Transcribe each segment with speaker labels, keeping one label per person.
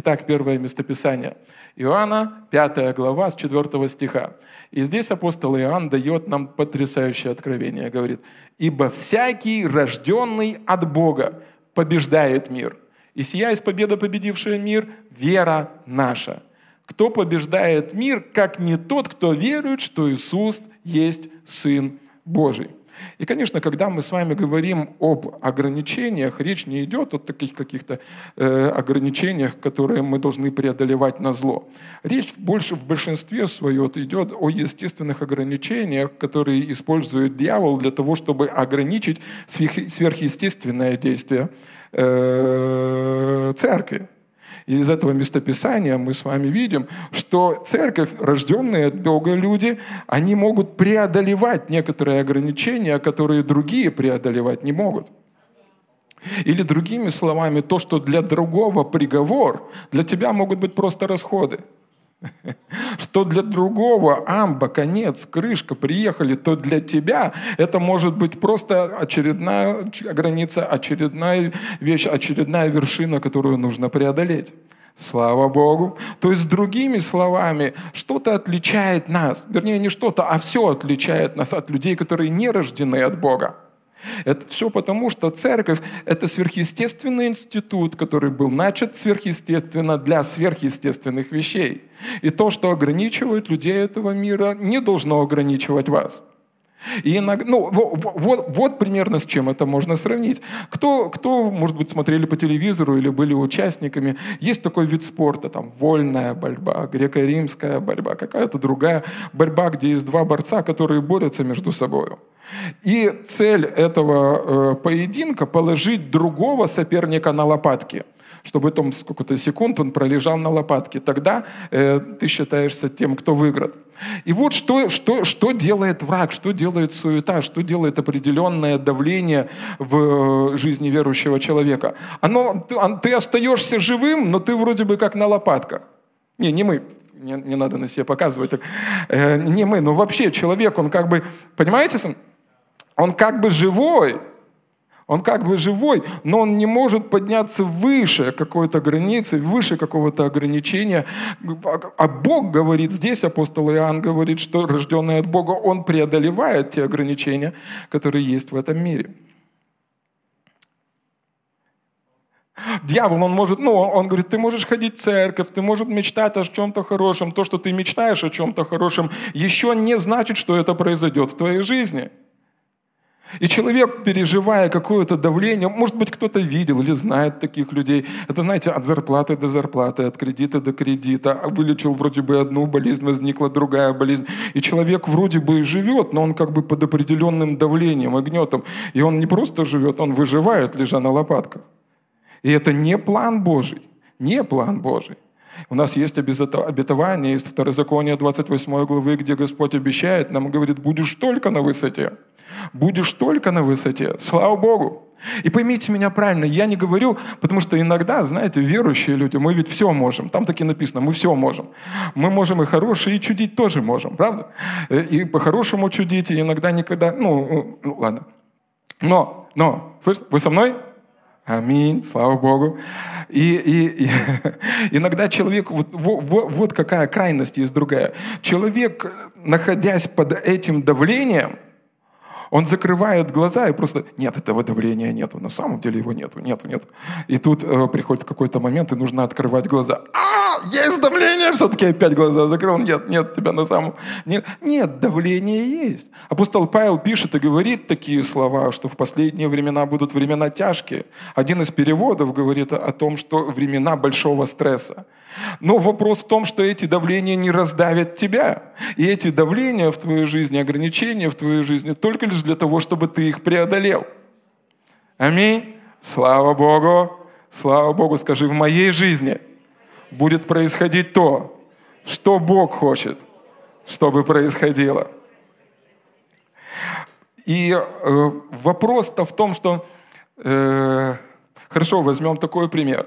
Speaker 1: Итак, первое местописание. Иоанна, 5 глава, с 4 стиха. И здесь апостол Иоанн дает нам потрясающее откровение. Говорит: «Ибо всякий, рожденный от Бога, побеждает мир. И сия есть победа, победившая мир, вера наша». Кто побеждает мир, как не тот, кто верует, что Иисус есть Сын Божий? И, конечно, когда мы с вами говорим об ограничениях, речь не идет о таких каких-то ограничениях, которые мы должны преодолевать на зло. Речь больше в большинстве своем идет о естественных ограничениях, которые использует дьявол для того, чтобы ограничить сверхъестественное действие церкви. И из этого местописания мы с вами видим, что церковь, рожденные от Бога люди, они могут преодолевать некоторые ограничения, которые другие преодолевать не могут. Или другими словами, то, что для другого приговор, для тебя могут быть просто расходы. Что для другого амба, конец, крышка, приехали, то для тебя это может быть просто очередная граница, очередная вещь, очередная вершина, которую нужно преодолеть. Слава Богу. То есть, другими словами, что-то отличает нас, вернее, не что-то, а все отличает нас от людей, которые не рождены от Бога. Это все потому, что церковь – это сверхъестественный институт, который был начат сверхъестественно для сверхъестественных вещей. И то, что ограничивает людей этого мира, не должно ограничивать вас. И иногда, вот примерно с чем это можно сравнить. Кто, может быть, смотрели по телевизору или были участниками, есть такой вид спорта, там, вольная борьба, греко-римская борьба, какая-то другая борьба, где есть два борца, которые борются между собой. И цель этого поединка – положить другого соперника на лопатки, чтобы там сколько-то секунд он пролежал на лопатке. Тогда ты считаешься тем, кто выиграет. И вот что делает враг, что делает суета, что делает определенное давление в жизни верующего человека. Ты остаешься живым, но ты вроде бы как на лопатках. Не мы. Не надо на себе показывать. Не мы, но вообще человек, он как бы, понимаете, он как бы живой, но он не может подняться выше какой-то границы, выше какого-то ограничения. А Бог говорит, здесь апостол Иоанн говорит, что рожденный от Бога, он преодолевает те ограничения, которые есть в этом мире. Дьявол, он говорит, ты можешь ходить в церковь, ты можешь мечтать о чем-то хорошем. То, что ты мечтаешь о чем-то хорошем, еще не значит, что это произойдет в твоей жизни. И человек, переживая какое-то давление, может быть, кто-то видел или знает таких людей. Это, знаете, от зарплаты до зарплаты, от кредита до кредита. Вылечил вроде бы одну болезнь, возникла другая болезнь. И человек вроде бы и живет, но он как бы под определенным давлением и гнетом. И он не просто живет, он выживает, лежа на лопатках. И это не план Божий, не план Божий. У нас есть обетование из Второзакония 28 главы, где Господь обещает нам, говорит, будешь только на высоте. Будешь только на высоте. Слава Богу. И поймите меня правильно, я не говорю, потому что иногда, знаете, верующие люди, мы ведь все можем. Там таки написано, мы все можем. Мы можем и хорошее, и чудить тоже можем, правда? И по-хорошему чудить, и иногда никогда, ладно. Но, слышите, вы со мной? Аминь, слава Богу. И иногда человек, вот какая крайность есть другая. Человек, находясь под этим давлением, он закрывает глаза и просто, нет, этого давления нету, на самом деле его нету. И тут приходит какой-то момент, и нужно открывать глаза. Есть давление, все-таки опять глаза закрыл. Нет, тебя на самом... Нет, давление есть. Апостол Павел пишет и говорит такие слова, что в последние времена будут времена тяжкие. Один из переводов говорит о том, что времена большого стресса. Но вопрос в том, что эти давления не раздавят тебя. И эти давления в твоей жизни, ограничения в твоей жизни только лишь для того, чтобы ты их преодолел. Аминь. Слава Богу. Слава Богу. Скажи, в моей жизни будет происходить то, что Бог хочет, чтобы происходило. И вопрос-то в том, что... Хорошо, возьмем такой пример.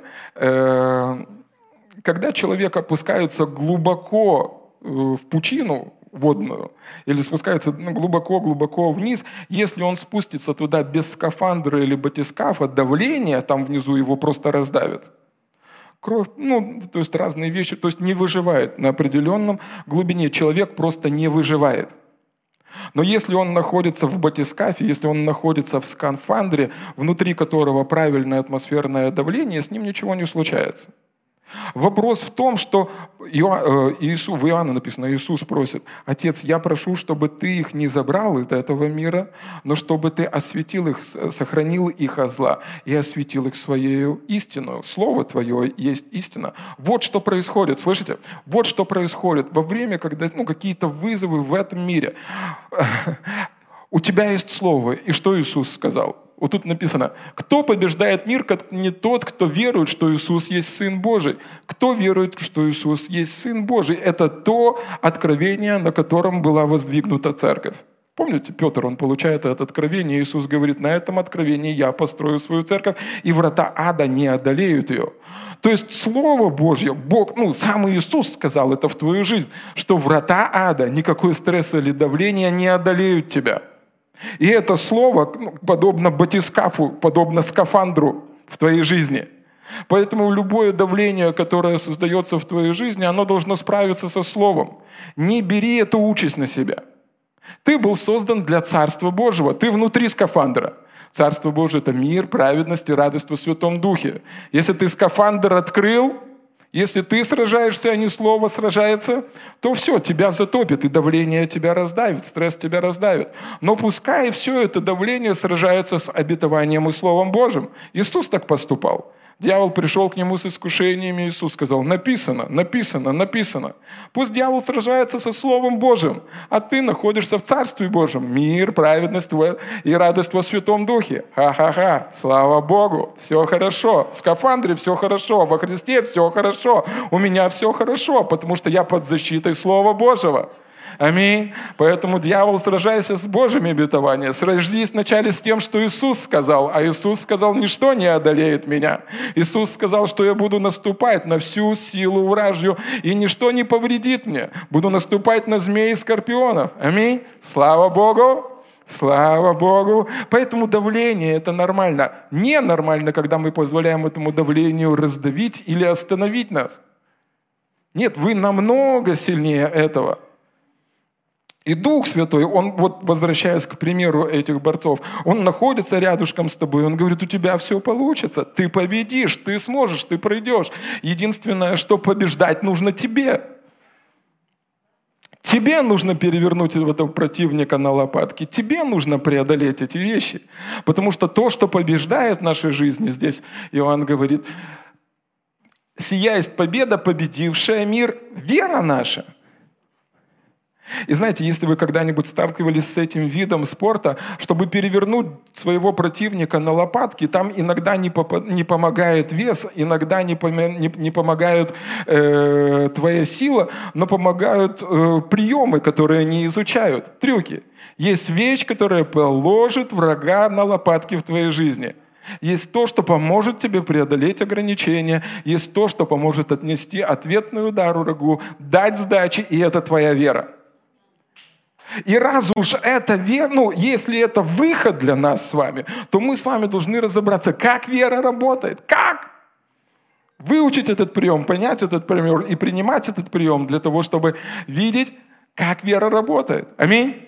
Speaker 1: Когда человек опускается глубоко в пучину водную или спускается глубоко-глубоко вниз, если он спустится туда без скафандра или батискафа, давление там внизу его просто раздавит. кровь, то есть разные вещи, то есть не выживает. На определенном глубине человек просто не выживает. Но если он находится в батискафе, если он находится в скафандре, внутри которого правильное атмосферное давление, с ним ничего не случается. Вопрос в том, что в Иоанна написано, Иисус просит: «Отец, я прошу, чтобы ты их не забрал из этого мира, но чтобы ты осветил их, сохранил их от зла и осветил их своей истиной. Слово Твое есть истина». Вот что происходит, слышите? Вот что происходит во время, когда какие-то вызовы в этом мире. У тебя есть Слово. И что Иисус сказал? Вот тут написано: «Кто побеждает мир, как не тот, кто верует, что Иисус есть Сын Божий». Кто верует, что Иисус есть Сын Божий? Это то откровение, на котором была воздвигнута церковь. Помните, Петр, он получает это откровение, Иисус говорит: «На этом откровении я построю свою церковь, и врата ада не одолеют ее». То есть Слово Божье, Бог, сам Иисус сказал это в твою жизнь, что врата ада, никакой стресса или давления не одолеют тебя. И это слово подобно батискафу, подобно скафандру в твоей жизни. Поэтому любое давление, которое создается в твоей жизни, оно должно справиться со словом. Не бери эту участь на себя. Ты был создан для Царства Божьего. Ты внутри скафандра. Царство Божие – это мир, праведность и радость во Святом Духе. Если ты скафандр открыл, если ты сражаешься, а не слово сражается, то все, тебя затопит, и давление тебя раздавит, стресс тебя раздавит. Но пускай все это давление сражается с обетованием и Словом Божьим. Иисус так поступал. Дьявол пришел к нему с искушениями, Иисус сказал: «Написано, написано, написано». Пусть дьявол сражается со Словом Божьим, а ты находишься в Царстве Божьем. Мир, праведность и радость во Святом Духе. Ха-ха-ха, слава Богу, все хорошо. В скафандре все хорошо, во Христе все хорошо. У меня все хорошо, потому что я под защитой Слова Божьего. Аминь. Поэтому, дьявол, сражайся с Божьими обетованиями. Сражись вначале с тем, что Иисус сказал. А Иисус сказал: «Ничто не одолеет меня». Иисус сказал, что я буду наступать на всю силу вражью, и ничто не повредит мне. Буду наступать на змей и скорпионов. Аминь. Слава Богу. Слава Богу. Поэтому давление – это нормально. Ненормально, когда мы позволяем этому давлению раздавить или остановить нас. Нет, вы намного сильнее этого. И Дух Святой, он, возвращаясь к примеру этих борцов, он находится рядышком с тобой, он говорит: у тебя все получится, ты победишь, ты сможешь, ты пройдешь. Единственное, что побеждать нужно тебе. Тебе нужно перевернуть этого противника на лопатки, тебе нужно преодолеть эти вещи. Потому что то, что побеждает в нашей жизни, здесь Иоанн говорит: «Сия есть победа, победившая мир, вера наша». И знаете, если вы когда-нибудь сталкивались с этим видом спорта, чтобы перевернуть своего противника на лопатки, там иногда не помогает вес, иногда не помогает твоя сила, но помогают приемы, которые они изучают, трюки. Есть вещь, которая положит врага на лопатки в твоей жизни. Есть то, что поможет тебе преодолеть ограничения, есть то, что поможет отнести ответный удар врагу, дать сдачи, и это твоя вера. И раз уж это вера, если это выход для нас с вами, то мы с вами должны разобраться, как вера работает, как выучить этот прием, понять этот прием и принимать этот прием для того, чтобы видеть, как вера работает. Аминь.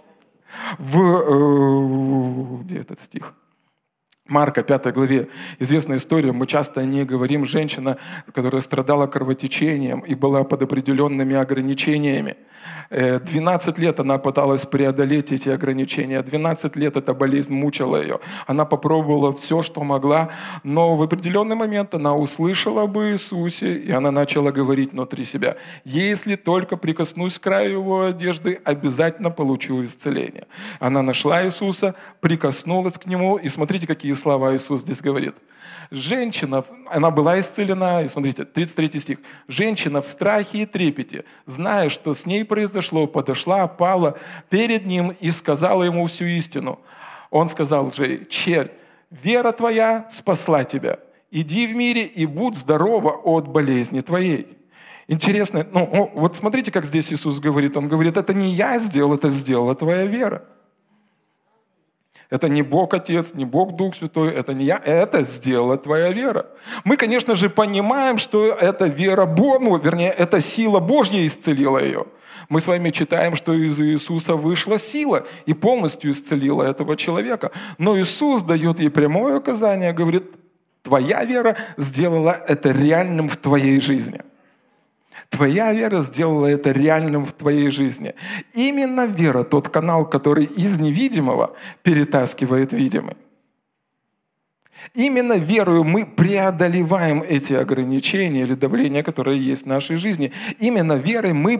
Speaker 1: Где этот стих? Марка, 5 главе, известная история, мы часто о ней говорим. Женщина, которая страдала кровотечением и была под определенными ограничениями. 12 лет она пыталась преодолеть эти ограничения. 12 лет эта болезнь мучила ее. Она попробовала все, что могла, но в определенный момент она услышала об Иисусе, и она начала говорить внутри себя: «Если только прикоснусь к краю его одежды, обязательно получу исцеление». Она нашла Иисуса, прикоснулась к нему, и смотрите, какие слова Иисус здесь говорит. Женщина, она была исцелена, и смотрите, 33 стих. «Женщина в страхе и трепете, зная, что с ней произошло, подошла, пала перед ним и сказала ему всю истину». Он сказал же: «Черь, вера твоя спасла тебя. Иди в мире и будь здорова от болезни твоей». Интересно, вот смотрите, как здесь Иисус говорит. Он говорит: это не я сделал, это сделала твоя вера. Это не Бог Отец, не Бог Дух Святой, это не я, это сделала твоя вера. Мы, конечно же, понимаем, что эта вера, эта сила Божья исцелила ее. Мы с вами читаем, что из Иисуса вышла сила и полностью исцелила этого человека. Но Иисус дает ей прямое указание, говорит, твоя вера сделала это реальным в твоей жизни. Твоя вера сделала это реальным в твоей жизни. Именно вера, тот канал, который из невидимого перетаскивает видимый. Именно верою мы преодолеваем эти ограничения или давления, которые есть в нашей жизни. Именно верой мы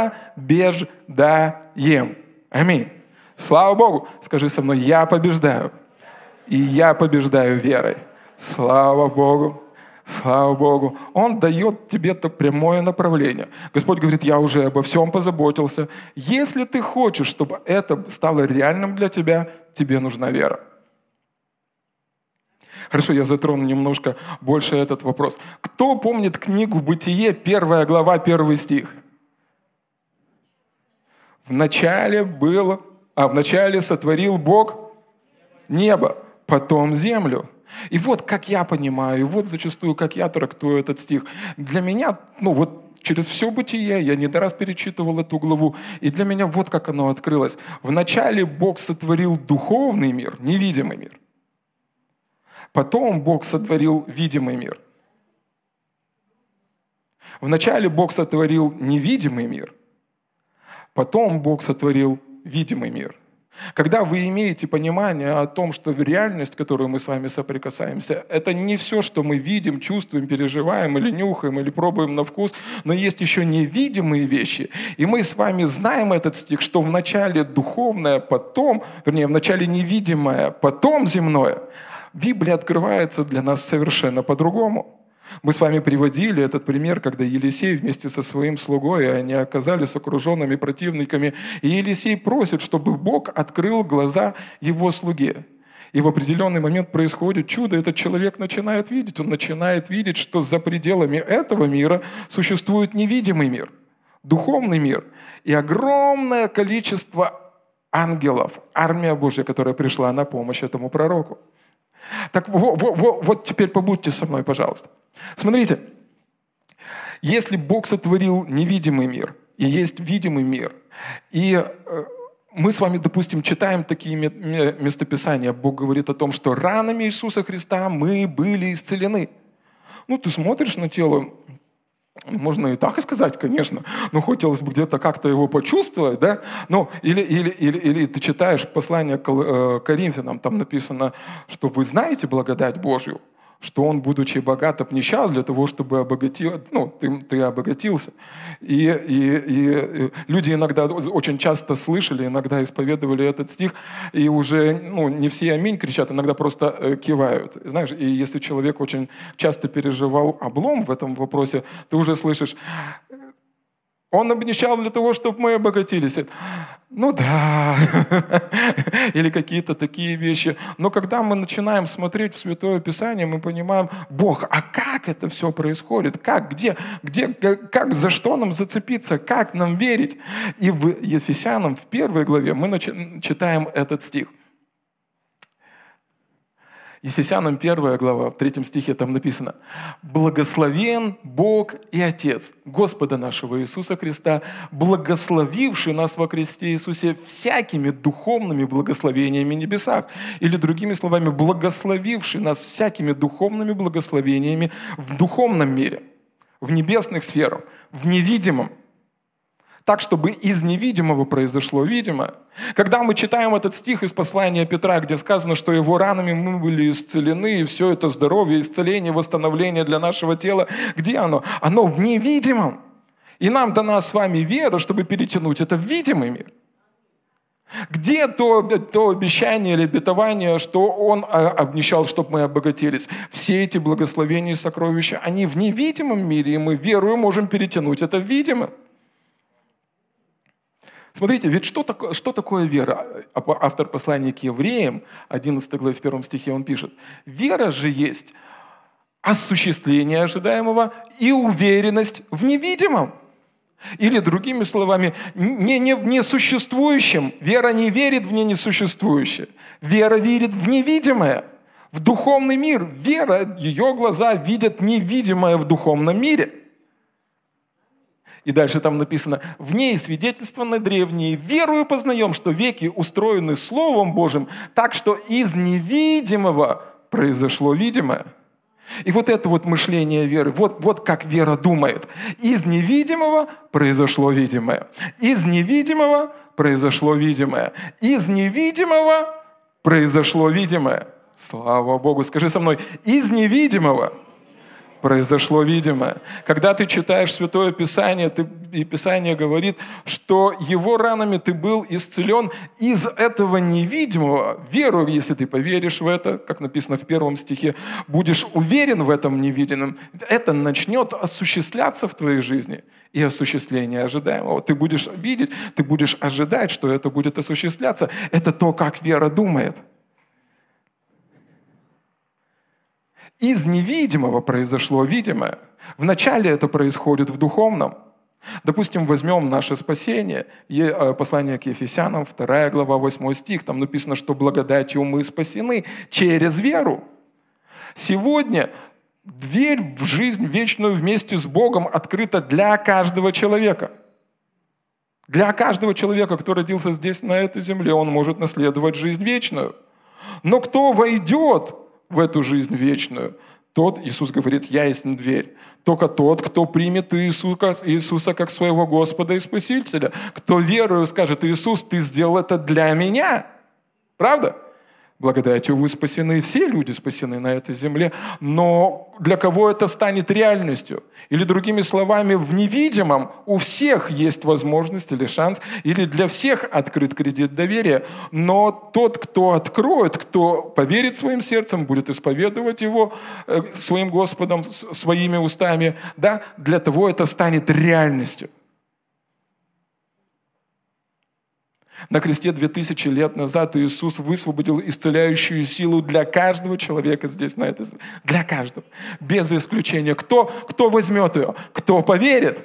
Speaker 1: побеждаем. Аминь. Слава Богу. Скажи со мной, я побеждаю. И я побеждаю верой. Слава Богу. Слава Богу. Он дает тебе это прямое направление. Господь говорит, я уже обо всем позаботился. Если ты хочешь, чтобы это стало реальным для тебя, тебе нужна вера. Хорошо, я затрону немножко больше этот вопрос. Кто помнит книгу «Бытие», 1 глава, 1 стих? Вначале сотворил Бог небо, потом землю. И вот как я понимаю, и вот зачастую как я трактую этот стих. Для меня, через все бытие, я не раз перечитывал эту главу, и для меня вот как оно открылось. Вначале Бог сотворил духовный мир, невидимый мир. Потом Бог сотворил видимый мир. Вначале Бог сотворил невидимый мир. Потом Бог сотворил видимый мир. Когда вы имеете понимание о том, что реальность, в которой мы с вами соприкасаемся, это не все, что мы видим, чувствуем, переживаем или нюхаем, или пробуем на вкус, но есть еще невидимые вещи. И мы с вами знаем этот стих, что вначале духовное, вначале невидимое, потом земное. Библия открывается для нас совершенно по-другому. Мы с вами приводили этот пример, когда Елисей вместе со своим слугой, они оказались окруженными противниками, и Елисей просит, чтобы Бог открыл глаза его слуге. И в определенный момент происходит чудо, этот человек начинает видеть, он начинает видеть, что за пределами этого мира существует невидимый мир, духовный мир, и огромное количество ангелов, армия Божья, которая пришла на помощь этому пророку. Так вот теперь побудьте со мной, пожалуйста. Смотрите, если Бог сотворил невидимый мир, и есть видимый мир, и мы с вами, допустим, читаем такие местописания, Бог говорит о том, что ранами Иисуса Христа мы были исцелены. Ты смотришь на тело, можно и так и сказать, конечно, но хотелось бы где-то как-то его почувствовать, да? Или ты читаешь послание к Коринфянам, там написано, что вы знаете благодать Божью, что Он, будучи богат, обнищал для того, чтобы ты обогатился. И люди иногда очень часто слышали, иногда исповедовали этот стих, и уже не все аминь кричат, иногда просто кивают. Знаешь, и если человек очень часто переживал облом в этом вопросе, ты уже слышишь, Он обнищал для того, чтобы мы обогатились. Да. Или какие-то такие вещи. Но когда мы начинаем смотреть в Святое Писание, мы понимаем, Бог, а как это все происходит? Как, где, как, за что нам зацепиться? Как нам верить? И в Ефесянам, в 1 главе, мы читаем этот стих. Ефесянам 1 глава, в 3 стихе там написано: «Благословен Бог и Отец Господа нашего Иисуса Христа, благословивший нас во Христе Иисусе всякими духовными благословениями в небесах». Или другими словами, благословивший нас всякими духовными благословениями в духовном мире, в небесных сферах, в невидимом. Так, чтобы из невидимого произошло видимое. Когда мы читаем этот стих из послания Петра, где сказано, что его ранами мы были исцелены, и все это здоровье, исцеление, восстановление для нашего тела, где оно? Оно в невидимом. И нам дана с вами вера, чтобы перетянуть это в видимый мир. Где то обещание или обетование, что Он обнищал, чтобы мы обогатились? Все эти благословения и сокровища, они в невидимом мире, и мы верою можем перетянуть это в видимое. Смотрите, ведь что такое вера? Автор послания к евреям, 11 главе, в 1 стихе он пишет: «Вера же есть осуществление ожидаемого и уверенность в невидимом». Или другими словами, не в несуществующем. Вера не верит в несуществующее. Вера верит в невидимое, в духовный мир. Вера, ее глаза видят невидимое в духовном мире. И дальше там написано: «В ней свидетельствованы древние, верою познаем, что веки устроены Словом Божьим, так что из невидимого произошло видимое». И вот это вот мышление веры, вот как вера думает. Из невидимого произошло видимое. Из невидимого произошло видимое. Из невидимого произошло видимое. Слава Богу. Скажи со мной: из невидимого произошло видимое. Когда ты читаешь Святое Писание, и Писание говорит, что его ранами ты был исцелен из этого невидимого. Веру, если ты поверишь в это, как написано в 1 стихе, будешь уверен в этом невидимом, это начнет осуществляться в твоей жизни. И осуществление ожидаемого. Ты будешь видеть, ты будешь ожидать, что это будет осуществляться. Это то, как вера думает. Из невидимого произошло видимое. Вначале это происходит в духовном. Допустим, возьмем наше спасение, послание к Ефесянам, 2 глава, 8 стих. Там написано, что благодатью мы спасены через веру. Сегодня дверь в жизнь вечную вместе с Богом открыта для каждого человека. Для каждого человека, кто родился здесь, на этой земле, он может наследовать жизнь вечную. Но кто войдет в эту жизнь вечную, тот, Иисус говорит, я есть дверь. Только тот, кто примет Иисуса как своего Господа и Спасителя, кто верою скажет: Иисус, ты сделал это для меня. Правда? Благодатью вы спасены, все люди спасены на этой земле, но для кого это станет реальностью? Или другими словами, в невидимом у всех есть возможность или шанс, или для всех открыт кредит доверия, но тот, кто откроет, кто поверит своим сердцем, будет исповедовать его своим Господом, своими устами, да, для того это станет реальностью. На кресте 2000 лет назад Иисус высвободил исцеляющую силу для каждого человека здесь, на этой земле. Для каждого. Без исключения. Кто возьмет ее? Кто поверит?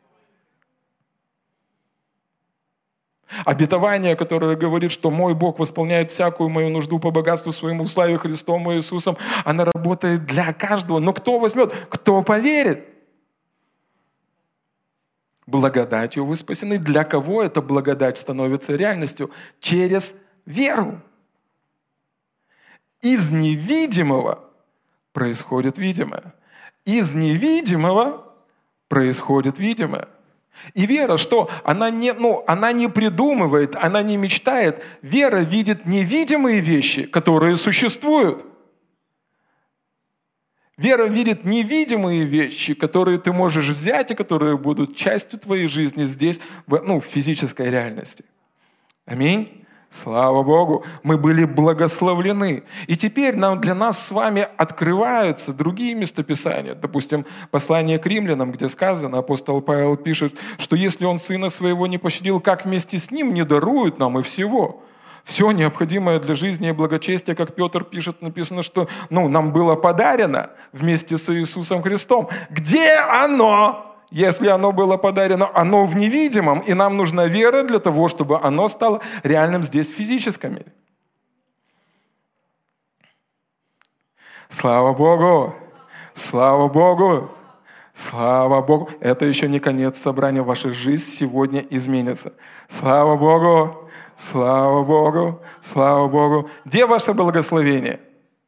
Speaker 1: Обетование, которое говорит, что мой Бог восполняет всякую мою нужду по богатству своему в славе Христом и Иисусом, она работает для каждого. Но кто возьмет? Кто поверит? Благодатью вы спасены. Для кого эта благодать становится реальностью? Через веру. Из невидимого происходит видимое. Из невидимого происходит видимое. И вера что? Она не придумывает, она не мечтает. Вера видит невидимые вещи, которые существуют. Вера видит невидимые вещи, которые ты можешь взять и которые будут частью твоей жизни здесь, в физической реальности. Аминь. Слава Богу. Мы были благословлены. И теперь для нас с вами открываются другие местописания. Допустим, послание к римлянам, где сказано, апостол Павел пишет, что если он сына своего не пощадил, как вместе с ним не дарует нам и всего. Все необходимое для жизни и благочестия, как Петр пишет, написано, что нам было подарено вместе с Иисусом Христом. Где оно? Если оно было подарено, оно в невидимом, и нам нужна вера для того, чтобы оно стало реальным здесь в физическом мире. Слава Богу! Слава Богу! Слава Богу! Это еще не конец собрания. Ваша жизнь сегодня изменится. Слава Богу! Слава Богу! Слава Богу! Где ваше благословение?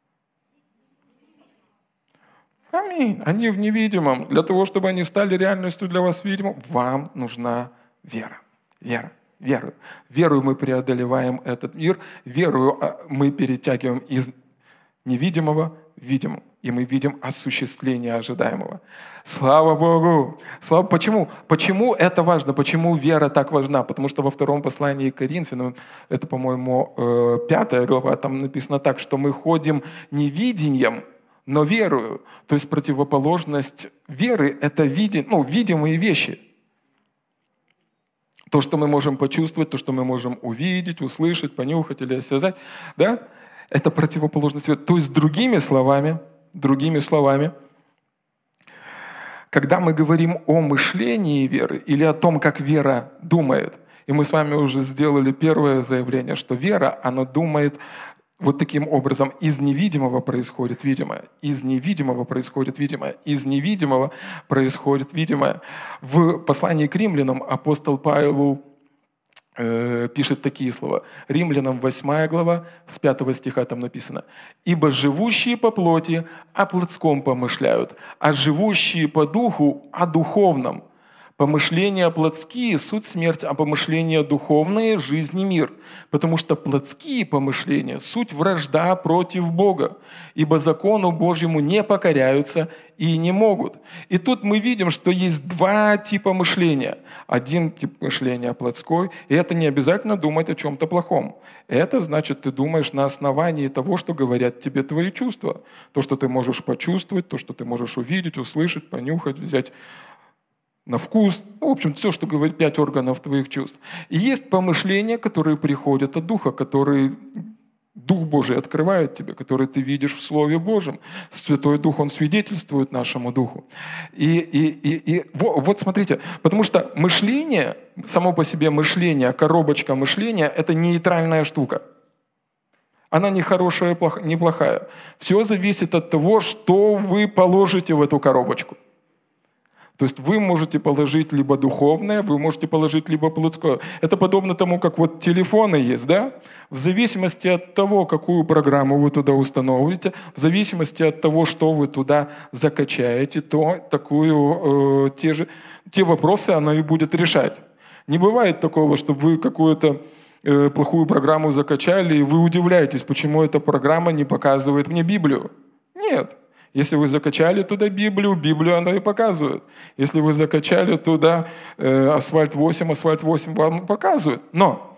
Speaker 1: Аминь. Они в невидимом. Для того, чтобы они стали реальностью для вас видимым, вам нужна вера. Вера. Верою. Верою мы преодолеваем этот мир. Верою мы перетягиваем из невидимого в видимое. И мы видим осуществление ожидаемого. Слава Богу! Почему? Почему это важно? Почему вера так важна? Потому что во втором послании к Коринфянам, это, по-моему, 5 глава, там написано так, что мы ходим не видением, но верою. То есть противоположность веры – это видимые вещи. То, что мы можем почувствовать, то, что мы можем увидеть, услышать, понюхать или осязать, да? Это противоположность веры. То есть другими словами, Когда мы говорим о мышлении веры или о том, как вера думает, и мы с вами уже сделали первое заявление, что вера, она думает вот таким образом: из невидимого происходит видимое, из невидимого происходит видимое, из невидимого происходит видимое. В послании к римлянам апостол Павел пишет такие слова. Римлянам 8 глава, с 5 стиха там написано: «Ибо живущие по плоти о плотском помышляют, а живущие по духу о духовном. Помышления плотские – суть смерть, а помышления духовные – жизнь и мир. Потому что плотские помышления – суть вражда против Бога, ибо закону Божьему не покоряются и не могут». И тут мы видим, что есть два типа мышления. Один тип мышления плотской, и это не обязательно думать о чем-то плохом. Это значит, ты думаешь на основании того, что говорят тебе твои чувства. То, что ты можешь почувствовать, то, что ты можешь увидеть, услышать, понюхать, взять на вкус, в общем, все, что говорит 5 органов твоих чувств. И есть помышления, которые приходят от Духа, которые Дух Божий открывает тебе, которые ты видишь в Слове Божьем. Святой Дух, Он свидетельствует нашему Духу. И вот смотрите, потому что мышление, само по себе мышление, коробочка мышления – это нейтральная штука. Она не хорошая, не плохая. Все зависит от того, что вы положите в эту коробочку. То есть вы можете положить либо духовное, вы можете положить либо плотское. Это подобно тому, как вот телефоны есть, да? В зависимости от того, какую программу вы туда установите, в зависимости от того, что вы туда закачаете, то те вопросы она и будет решать. Не бывает такого, что вы какую-то плохую программу закачали, и вы удивляетесь, почему эта программа не показывает мне Библию. Нет. Если вы закачали туда Библию она и показывает. Если вы закачали туда асфальт 8 вам показывает. Но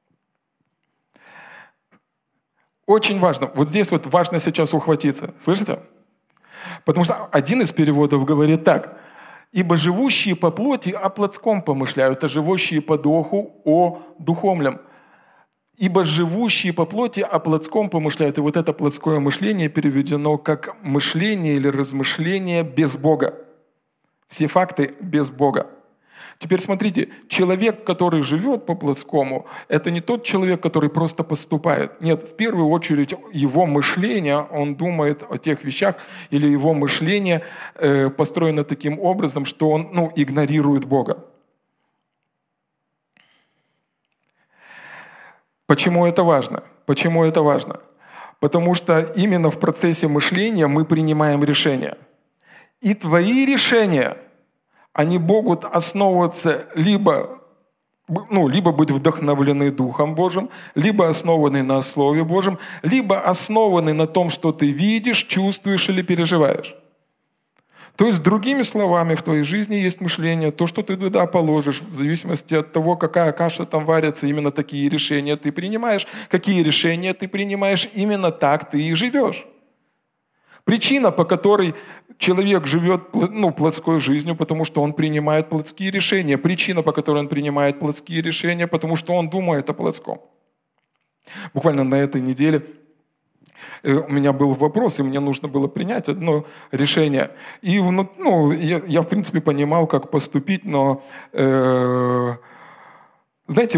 Speaker 1: очень важно, вот здесь вот важно сейчас ухватиться. Слышите? Потому что один из переводов говорит так: «Ибо живущие по плоти о плотском помышляют, а живущие по духу о духовном». «Ибо живущие по плоти о плотском помышляют». И вот это плотское мышление переведено как мышление или размышление без Бога. Все факты без Бога. Теперь смотрите, человек, который живет по плотскому, это не тот человек, который просто поступает. Нет, в первую очередь его мышление, он думает о тех вещах, или его мышление построено таким образом, что он игнорирует Бога. Почему это важно? Почему это важно? Потому что именно в процессе мышления мы принимаем решения. И твои решения, они могут основываться либо быть вдохновлены Духом Божьим, либо основаны на Слове Божьем, либо основаны на том, что ты видишь, чувствуешь или переживаешь. То есть, другими словами, в твоей жизни есть мышление, то, что ты туда положишь, в зависимости от того, какая каша там варится, именно такие решения ты принимаешь. Какие решения ты принимаешь, именно так ты и живешь. Причина, по которой человек живет плотской жизнью, потому что он принимает плотские решения. Причина, по которой он принимает плотские решения, потому что он думает о плотском. Буквально на этой неделе у меня был вопрос, и мне нужно было принять одно решение. И я, в принципе, понимал, как поступить, но, знаете,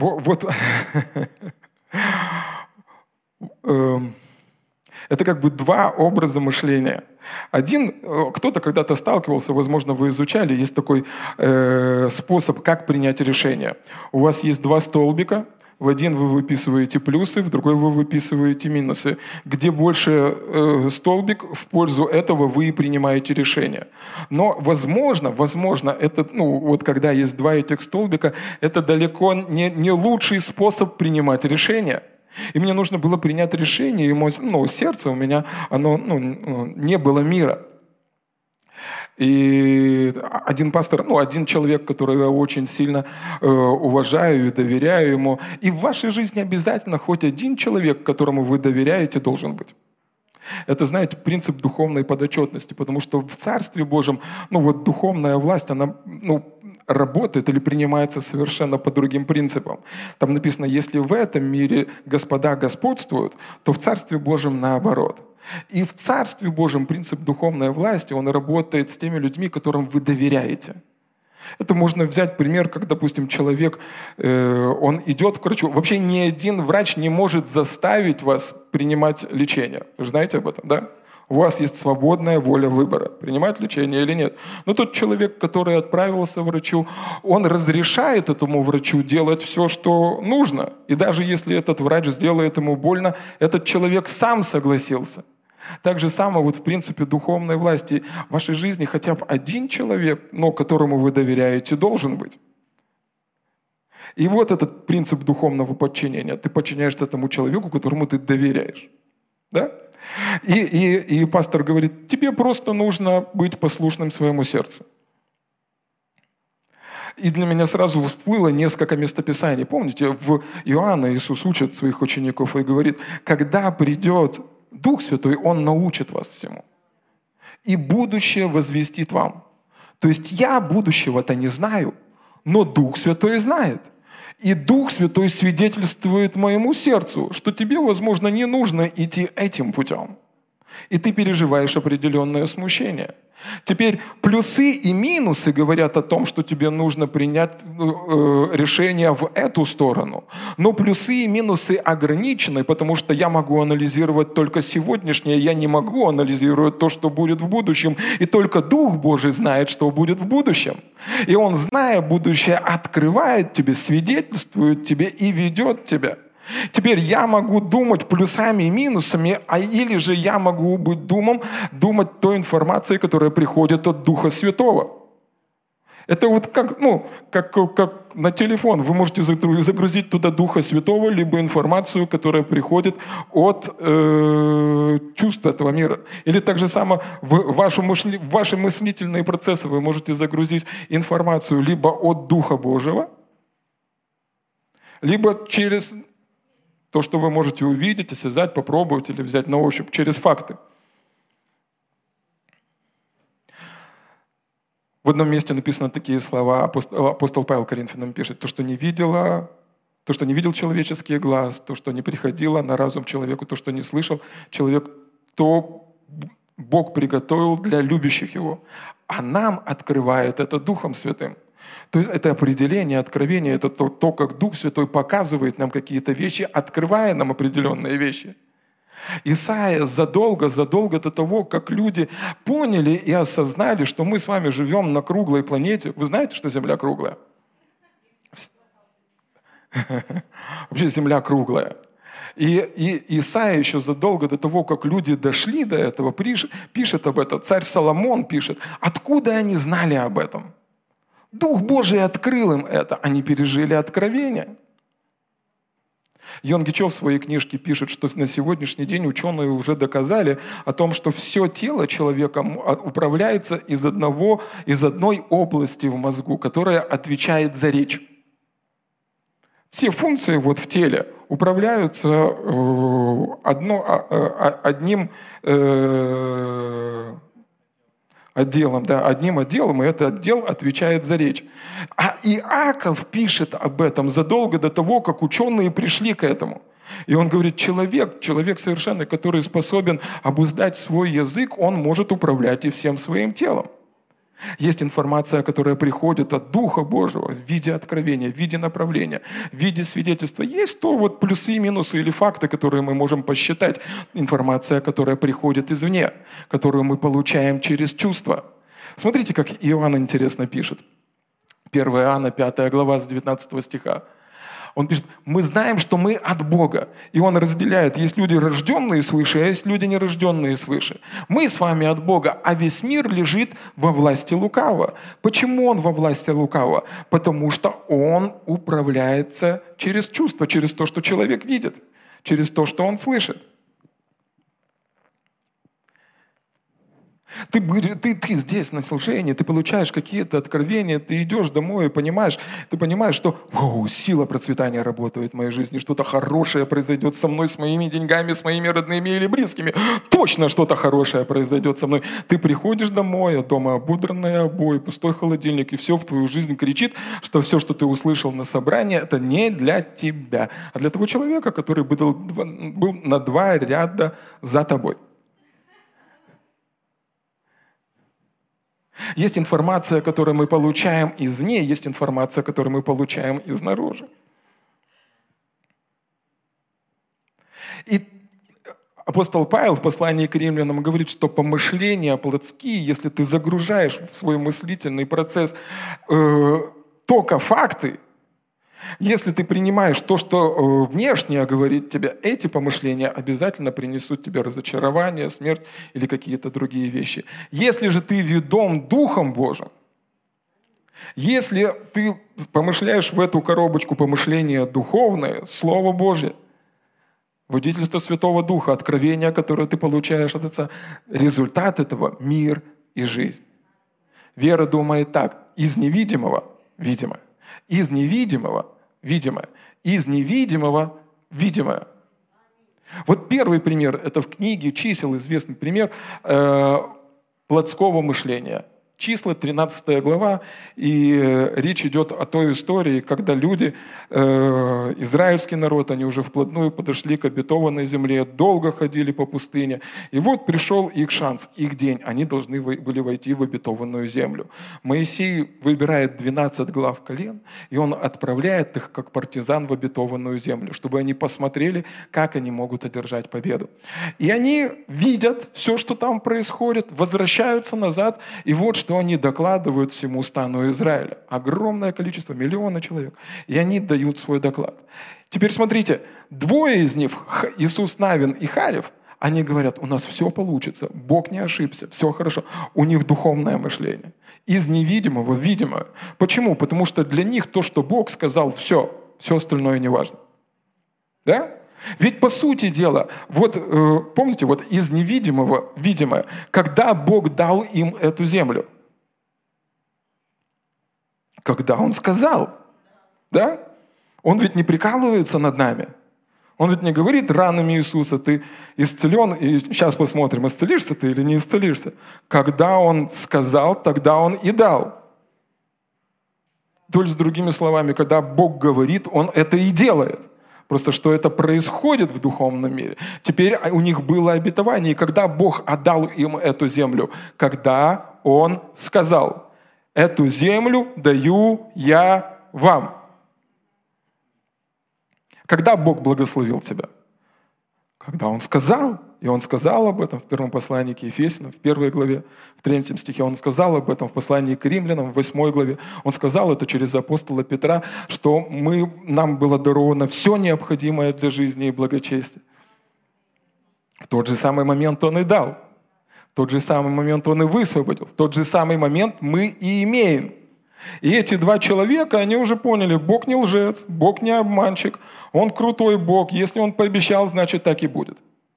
Speaker 1: это как бы два образа мышления. Один, кто-то когда-то сталкивался, возможно, вы изучали, есть такой способ, как принять решение. У вас есть два столбика. В один вы выписываете плюсы, в другой вы выписываете минусы. Где больше столбик, в пользу этого вы и принимаете решение. Но, возможно, это, когда есть два этих столбика, это далеко не лучший способ принимать решения. И мне нужно было принять решение, и сердце у меня, оно не было мира. И один пастор, один человек, которого я очень сильно уважаю и доверяю ему, и в вашей жизни обязательно хоть один человек, которому вы доверяете, должен быть. Это, знаете, принцип духовной подотчетности, потому что в Царстве Божьем, духовная власть, она, работает или принимается совершенно по другим принципам. Там написано, если в этом мире господа господствуют, то в Царстве Божьем наоборот. И в Царстве Божьем принцип духовной власти, он работает с теми людьми, которым вы доверяете. Это можно взять пример, как, допустим, человек, он идет к врачу. Вообще ни один врач не может заставить вас принимать лечение. Вы же знаете об этом, да? У вас есть свободная воля выбора, принимать лечение или нет. Но тот человек, который отправился к врачу, он разрешает этому врачу делать все, что нужно. И даже если этот врач сделает ему больно, этот человек сам согласился. Так же самое вот в принципе духовной власти. В вашей жизни хотя бы один человек, но которому вы доверяете, должен быть. И вот этот принцип духовного подчинения. Ты подчиняешься тому человеку, которому ты доверяешь. Да? И пастор говорит, тебе просто нужно быть послушным своему сердцу. И для меня сразу всплыло несколько местописаний. Помните, в Иоанна Иисус учит своих учеников и говорит, когда придет Дух Святой, Он научит вас всему. И будущее возвестит вам. То есть я будущего-то не знаю, но Дух Святой знает. И Дух Святой свидетельствует моему сердцу, что тебе, возможно, не нужно идти этим путем. И ты переживаешь определенное смущение. Теперь плюсы и минусы говорят о том, что тебе нужно принять решение в эту сторону. Но плюсы и минусы ограничены, потому что я могу анализировать только сегодняшнее, я не могу анализировать то, что будет в будущем. И только Дух Божий знает, что будет в будущем. И Он, зная будущее, открывает тебе, свидетельствует тебе и ведет тебя. Теперь я могу думать плюсами и минусами, или же я могу быть думать той информацией, которая приходит от Духа Святого. Это вот как на телефон. Вы можете загрузить туда Духа Святого, либо информацию, которая приходит от чувств этого мира. Или так же само в ваши мыслительные процессы вы можете загрузить информацию либо от Духа Божьего, либо через то, что вы можете увидеть, осязать, попробовать или взять на ощупь через факты. В одном месте написаны такие слова, апостол Павел Коринфянам пишет, то, что не видел человеческий глаз, то, что не приходило на разум человеку, то, что не слышал человек, то Бог приготовил для любящих Его. А нам открывает это Духом Святым. То есть это определение, откровение, это то, как Дух Святой показывает нам какие-то вещи, открывая нам определенные вещи. Исайя задолго до того, как люди поняли и осознали, что мы с вами живем на круглой планете. Вы знаете, что Земля круглая? Вообще Земля круглая. И Исайя еще задолго до того, как люди дошли до этого, пишет об этом. Царь Соломон пишет, откуда они знали об этом? Дух Божий открыл им это. Они пережили откровение. Йон Гичо в своей книжке пишет, что на сегодняшний день ученые уже доказали о том, что все тело человека управляется из одной области в мозгу, которая отвечает за речь. Все функции вот в теле управляются одним отделом, и этот отдел отвечает за речь. А Иаков пишет об этом задолго до того, как ученые пришли к этому. И он говорит, человек совершенный, который способен обуздать свой язык, он может управлять и всем своим телом. Есть информация, которая приходит от Духа Божьего в виде откровения, в виде направления, в виде свидетельства. Есть то вот плюсы и минусы или факты, которые мы можем посчитать. Информация, которая приходит извне, которую мы получаем через чувства. Смотрите, как Иоанн интересно пишет. 1 Иоанна, 5 глава, с 19 стиха. Он пишет, мы знаем, что мы от Бога. И он разделяет, есть люди, рожденные свыше, а есть люди, нерожденные свыше. Мы с вами от Бога, а весь мир лежит во власти лукавого. Почему он во власти лукавого? Потому что он управляется через чувства, через то, что человек видит, через то, что он слышит. Ты здесь на служении, ты получаешь какие-то откровения, ты идешь домой и ты понимаешь, что сила процветания работает в моей жизни, что-то хорошее произойдет со мной, с моими деньгами, с моими родными или близкими. Точно что-то хорошее произойдет со мной. Ты приходишь домой, а дома ободранные обои, пустой холодильник, и все в твою жизнь кричит, что все, что ты услышал на собрании, это не для тебя, а для того человека, который был на 2 ряда за тобой. Есть информация, которую мы получаем извне, есть информация, которую мы получаем изнаружи. И апостол Павел в послании к римлянам говорит, что помышления плотские, если ты загружаешь в свой мыслительный процесс только факты, если ты принимаешь то, что внешнее говорит тебе, эти помышления обязательно принесут тебе разочарование, смерть или какие-то другие вещи. Если же ты ведом Духом Божьим, если ты помышляешь в эту коробочку помышления духовное, Слово Божье, водительство Святого Духа, откровение, которое ты получаешь от Отца, результат этого – мир и жизнь. Вера думает так: из невидимого – видимое, из невидимого – видимое, из невидимого – видимое. Вот первый пример – это в книге «Чисел» известный пример плотского мышления. Числа, 13 глава, и речь идет о той истории, когда люди, израильский народ, они уже вплотную подошли к обетованной земле, долго ходили по пустыне, и вот пришел их шанс, их день, они должны были войти в обетованную землю. Моисей выбирает 12 глав колен, и он отправляет их как партизан в обетованную землю, чтобы они посмотрели, как они могут одержать победу. И они видят все, что там происходит, возвращаются назад, и вот что они докладывают всему стану Израиля. Огромное количество, миллионы человек. И они дают свой доклад. Теперь смотрите, двое из них, Иисус Навин и Халев, они говорят: у нас все получится, Бог не ошибся, все хорошо. У них духовное мышление. Из невидимого в видимое. Почему? Потому что для них то, что Бог сказал, все остальное не важно. Да? Ведь по сути дела, вот помните, вот из невидимого в видимое, когда Бог дал им эту землю? Когда Он сказал, да? Он ведь не прикалывается над нами. Он ведь не говорит: ранами Иисуса ты исцелен, и сейчас посмотрим, исцелишься ты или не исцелишься. Когда Он сказал, тогда Он и дал. То есть, с другими словами, когда Бог говорит, Он это и делает. Просто что это происходит в духовном мире. Теперь у них было обетование, и когда Бог отдал им эту землю, когда Он сказал: эту землю даю я вам. Когда Бог благословил тебя? Когда Он сказал. И Он сказал об этом в первом послании к Ефесянам, в 1 главе, в 3 стихе. Он сказал об этом в послании к Римлянам, в 8 главе. Он сказал это через апостола Петра, что нам было даровано все необходимое для жизни и благочестия. В тот же самый момент Он и дал. В тот же самый момент Он и высвободил. В тот же самый момент мы и имеем. И эти два человека, они уже поняли: Бог не лжец, Бог не обманщик, Он крутой Бог. Если Он пообещал, значит так и будет.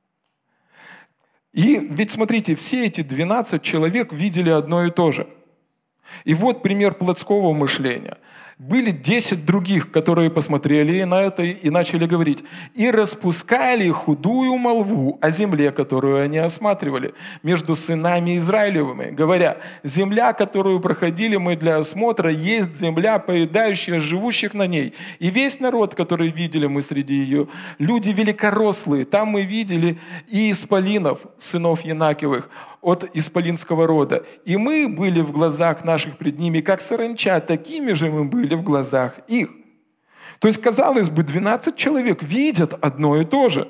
Speaker 1: И ведь смотрите, все эти 12 человек видели одно и то же. И вот пример плотского мышления. Были 10 других, которые посмотрели на это и начали говорить. И распускали худую молву о земле, которую они осматривали, между сынами Израилевыми, говоря: земля, которую проходили мы для осмотра, есть земля, поедающая живущих на ней. И весь народ, который видели мы среди ее, люди великорослые. Там мы видели и исполинов, сынов Янакиевых, от исполинского рода. И мы были в глазах наших пред ними, как саранча, такими же мы были в глазах их. То есть, казалось бы, 12 человек видят одно и то же.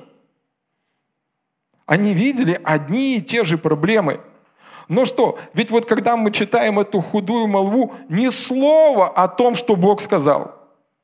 Speaker 1: Они видели одни и те же проблемы. Но что? Ведь вот когда мы читаем эту худую молву, ни слова о том, что Бог сказал.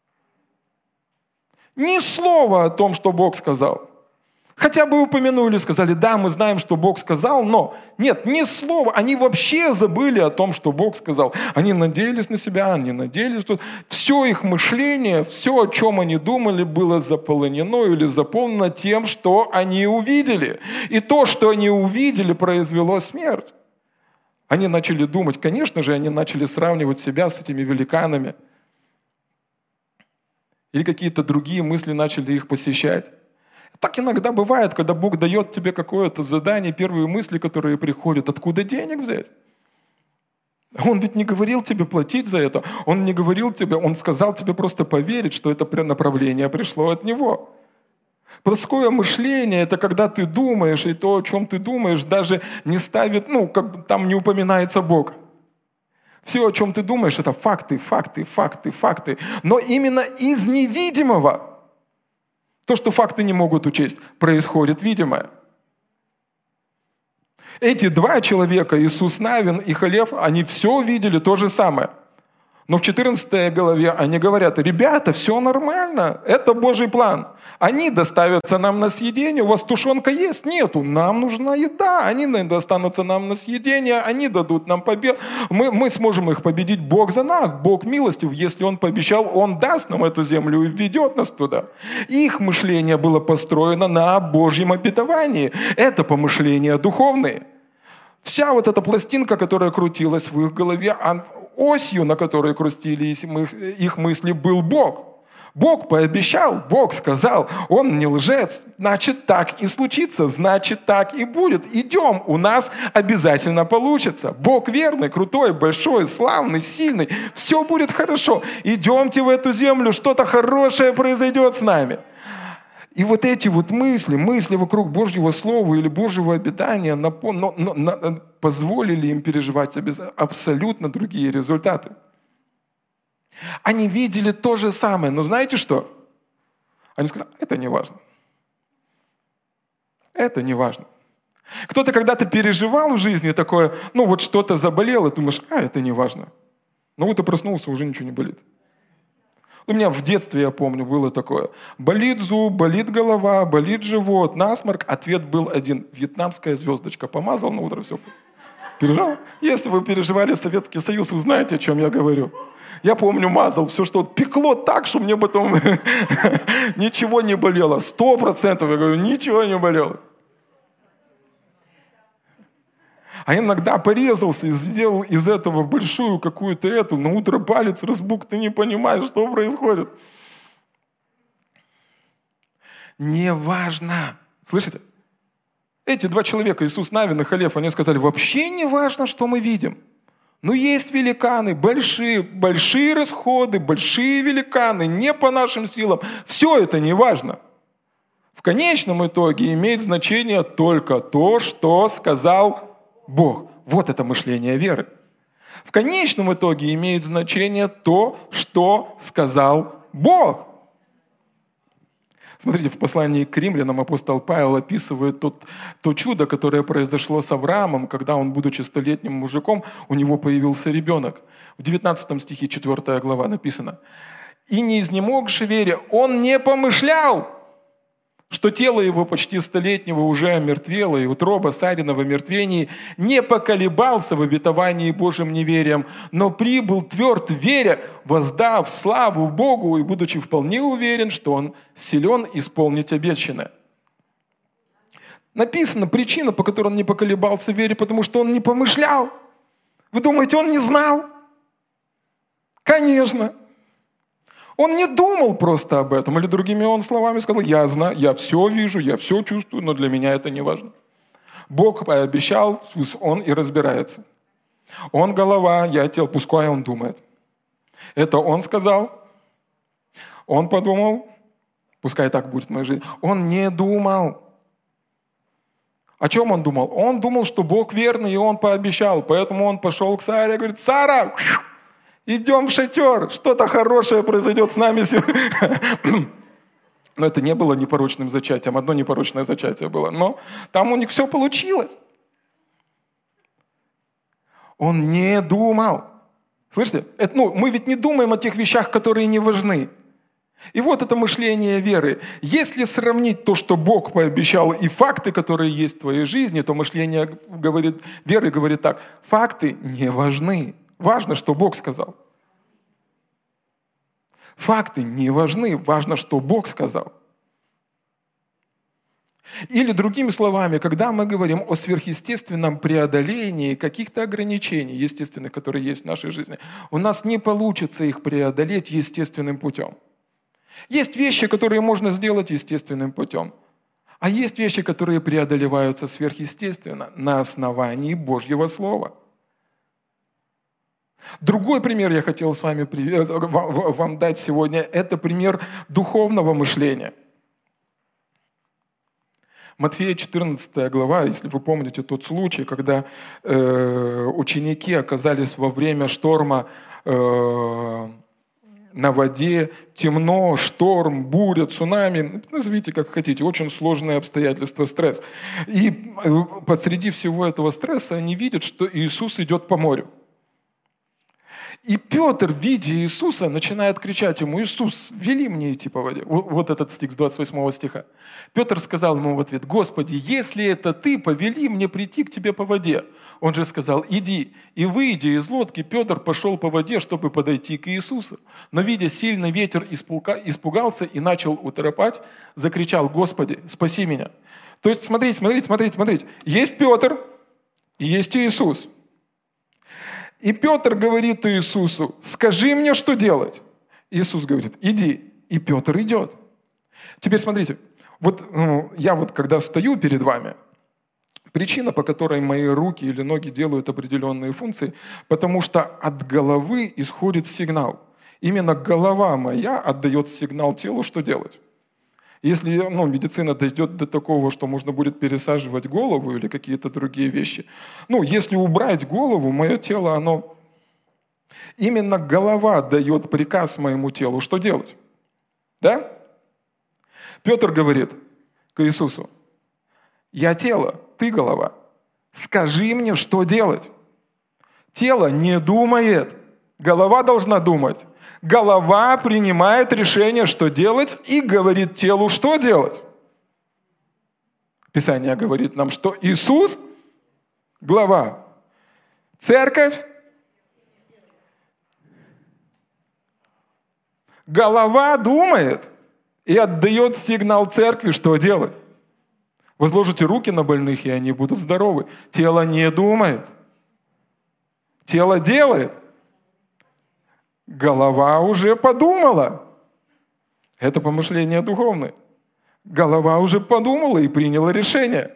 Speaker 1: Ни слова о том, что Бог сказал. Хотя бы упомянули, сказали: да, мы знаем, что Бог сказал, но нет, ни слова. Они вообще забыли о том, что Бог сказал. Они надеялись на себя, они надеялись, что все их мышление, все, о чем они думали, было заполонено или заполнено тем, что они увидели. И то, что они увидели, произвело смерть. Они начали думать, конечно же, они начали сравнивать себя с этими великанами. Или какие-то другие мысли начали их посещать. Так иногда бывает, когда Бог дает тебе какое-то задание, первые мысли, которые приходят: откуда денег взять? Он ведь не говорил тебе платить за это. Он не говорил тебе, Он сказал тебе просто поверить, что это направление пришло от Него. Плоское мышление – это когда ты думаешь, и то, о чем ты думаешь, даже не ставит, там не упоминается Бог. Все, о чем ты думаешь, это факты, факты, факты, факты. Но именно из невидимого, то, что факты не могут учесть, происходит видимое. Эти два человека, Иисус Навин и Халев, они все видели то же самое. Но в 14 главе они говорят: ребята, все нормально, это Божий план. Они доставятся нам на съедение, у вас тушенка есть? Нету, нам нужна еда. Они достанутся нам на съедение, они дадут нам победу. Мы сможем их победить, Бог за нас, Бог милостив. Если Он пообещал, Он даст нам эту землю и введет нас туда. Их мышление было построено на Божьем обетовании. Это помышления духовные. Вся вот эта пластинка, которая крутилась в их голове, осью, на которой крутились их мысли, был Бог. Бог пообещал, Бог сказал, Он не лжец, значит так и случится, значит так и будет. Идем, у нас обязательно получится. Бог верный, крутой, большой, славный, сильный, все будет хорошо. Идемте в эту землю, что-то хорошее произойдет с нами. И вот эти вот мысли вокруг Божьего Слова или Божьего обетания позволили им переживать абсолютно другие результаты. Они видели то же самое, но знаете что? Они сказали: это не важно. Это не важно. Кто-то когда-то переживал в жизни такое, вот что-то заболело, и думаешь: это не важно. Но вот ты проснулся, уже ничего не болит. У меня в детстве, я помню, было такое. Болит зуб, болит голова, болит живот, насморк. Ответ был один: вьетнамская звездочка. Помазал, на утро все. Переживал? Если вы переживали Советский Союз, вы знаете, о чем я говорю. Я помню, мазал все, что пекло так, что мне потом ничего не болело. 100%, я говорю, ничего не болело. А иногда порезался и сделал из этого большую какую-то на утро палец разбук, ты не понимаешь, что происходит. Неважно. Слышите? Эти два человека, Иисус Навин и Халев, они сказали: вообще не важно, что мы видим. Есть великаны, большие расходы, большие великаны, не по нашим силам. Все это не важно. В конечном итоге имеет значение только то, что сказал Бог. Вот это мышление веры. В конечном итоге имеет значение то, что сказал Бог. Смотрите, в послании к римлянам апостол Павел описывает то чудо, которое произошло с Авраамом, когда он, будучи 100-летним мужиком, у него появился ребенок. В 19 стихе 4 глава написано: «И не изнемогши вере, он не помышлял, что тело его почти 100-летнего уже омертвело, и утроба Сарина в омертвении, не поколебался в обетовании Божьим неверием, но прибыл тверд в вере, воздав славу Богу и будучи вполне уверен, что он силен исполнить обещанное». Написано, причина, по которой он не поколебался в вере, потому что он не помышлял. Вы думаете, он не знал? Конечно. Он не думал просто об этом. Или другими словами сказал: я знаю, я все вижу, я все чувствую, но для меня это не важно. Бог пообещал, Он и разбирается. Он голова, я тело, пускай Он думает. Это Он сказал, Он подумал, пускай так будет в моей жизни. Он не думал. О чем он думал? Он думал, что Бог верный, и Он пообещал. Поэтому он пошел к Саре и говорит: Сара, идем в шатер, что-то хорошее произойдет с нами сегодня. Но это не было непорочным зачатием, одно непорочное зачатие было. Но там у них все получилось. Он не думал. Слышите? Мы ведь не думаем о тех вещах, которые не важны. И вот это мышление веры. Если сравнить то, что Бог пообещал, и факты, которые есть в твоей жизни, то мышление веры говорит так: факты не важны. Важно, что Бог сказал. Факты не важны, важно, что Бог сказал. Или другими словами, когда мы говорим о сверхъестественном преодолении каких-то ограничений естественных, которые есть в нашей жизни, у нас не получится их преодолеть естественным путем. Есть вещи, которые можно сделать естественным путем, а есть вещи, которые преодолеваются сверхъестественно на основании Божьего Слова. Другой пример я хотел с вами вам дать сегодня. Это пример духовного мышления. Матфея 14 глава, если вы помните тот случай, когда ученики оказались во время шторма на воде, темно, шторм, буря, цунами, назовите как хотите, очень сложные обстоятельства, стресс. И посреди всего этого стресса они видят, что Иисус идет по морю. И Петр, видя Иисуса, начинает кричать ему: «Иисус, вели мне идти по воде». Вот этот стих с 28 стиха. Петр сказал ему в ответ: «Господи, если это ты, повели мне прийти к тебе по воде». Он же сказал: «Иди». И, выйдя из лодки, Петр пошел по воде, чтобы подойти к Иисусу. Но, видя сильный ветер, испугался и начал утопать, закричал: «Господи, спаси меня». То есть, смотрите. Есть Петр и есть Иисус. И Петр говорит Иисусу: «Скажи мне, что делать». Иисус говорит: «Иди». И Петр идет. Теперь смотрите, я когда стою перед вами, причина, по которой мои руки или ноги делают определенные функции, потому что от головы исходит сигнал. Именно голова моя отдает сигнал телу, что делать. Если медицина дойдет до такого, что можно будет пересаживать голову или какие-то другие вещи, если убрать голову, мое тело, именно голова дает приказ моему телу, что делать. Да? Петр говорит к Иисусу: «Я тело, ты голова. Скажи мне, что делать». Тело не думает, голова должна думать. Голова принимает решение, что делать, и говорит телу, что делать. Писание говорит нам, что Иисус – глава. Церковь – голова думает и отдает сигнал церкви, что делать. Возложите руки на больных, и они будут здоровы. Тело не думает. Тело делает. Голова уже подумала. Это помышление духовное. Голова уже подумала и приняла решение.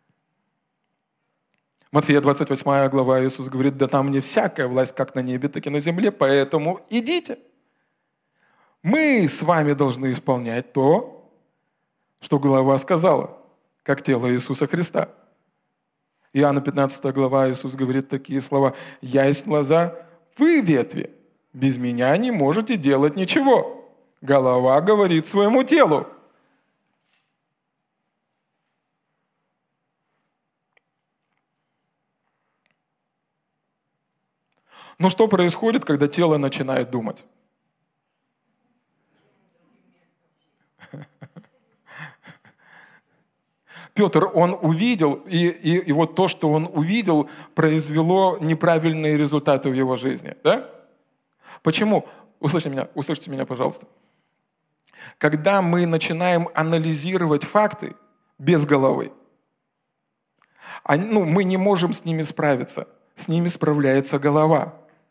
Speaker 1: Матфея 28 глава, Иисус говорит: «Да там мне всякая власть, как на небе, так и на земле, поэтому идите». Мы с вами должны исполнять то, что голова сказала, как тело Иисуса Христа. Иоанна 15 глава, Иисус говорит такие слова: «Я есть лоза, вы ветви. Без меня не можете делать ничего». Голова говорит своему телу. Но что происходит, когда тело начинает думать? Петр, он увидел, и вот то, что он увидел, произвело неправильные результаты в его жизни. Да? Почему? Услышьте меня, пожалуйста. Когда мы начинаем анализировать факты без головы, мы не можем с ними справиться. С ними справляется голова.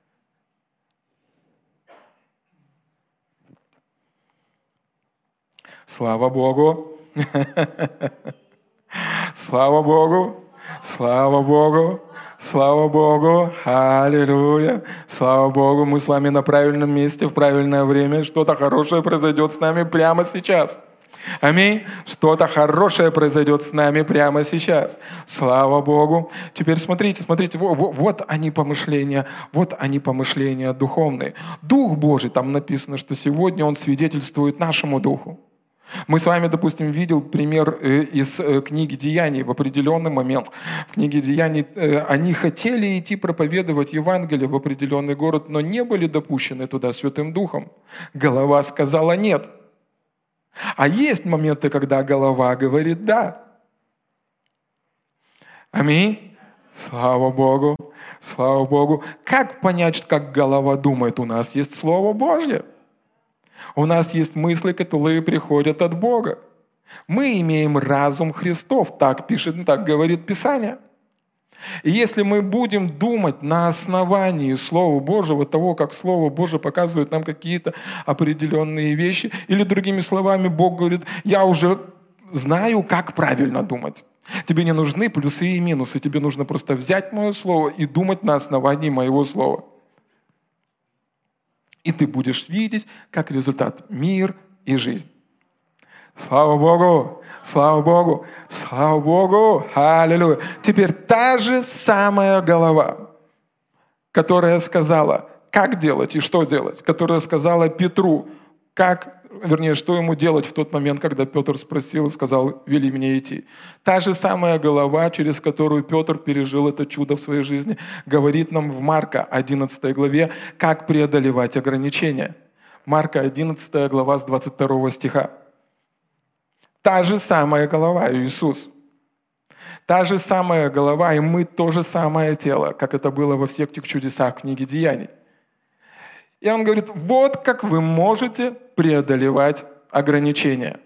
Speaker 1: Слава Богу! Слава Богу! Слава Богу! Слава Богу! Аллилуйя! Слава Богу! Мы с вами на правильном месте в правильное время. Что-то хорошее произойдет с нами прямо сейчас. Аминь. Что-то хорошее произойдет с нами прямо сейчас. Слава Богу. Теперь смотрите, вот они помышления духовные. Дух Божий, там написано, что сегодня Он свидетельствует нашему духу. Мы с вами, допустим, видел пример из книги «Деяний» в определенный момент. В книге «Деяний» они хотели идти проповедовать Евангелие в определенный город, но не были допущены туда Святым Духом. Голова сказала «нет». А есть моменты, когда голова говорит «да». Аминь. Слава Богу. Слава Богу. Как понять, как голова думает? У нас есть Слово Божье. У нас есть мысли, которые приходят от Бога. Мы имеем разум Христов, так говорит Писание. И если мы будем думать на основании Слова Божьего, того, как Слово Божие показывает нам какие-то определенные вещи, или другими словами, Бог говорит: я уже знаю, как правильно думать. Тебе не нужны плюсы и минусы, тебе нужно просто взять мое Слово и думать на основании моего Слова. И ты будешь видеть, как результат, мир и жизнь. Слава Богу! Слава Богу! Слава Богу! Аллилуйя! Теперь та же самая голова, которая сказала, как делать и что делать, которая сказала Петру, что ему делать в тот момент, когда Петр спросил и сказал, вели мне идти. Та же самая голова, через которую Петр пережил это чудо в своей жизни, говорит нам в Марка 11 главе, как преодолевать ограничения. Марка 11 глава с 22 стиха. Та же самая голова, Иисус. Та же самая голова, и мы то же самое тело, как это было во всех тех чудесах книги Деяний. И он говорит, вот как вы можете преодолевать ограничения.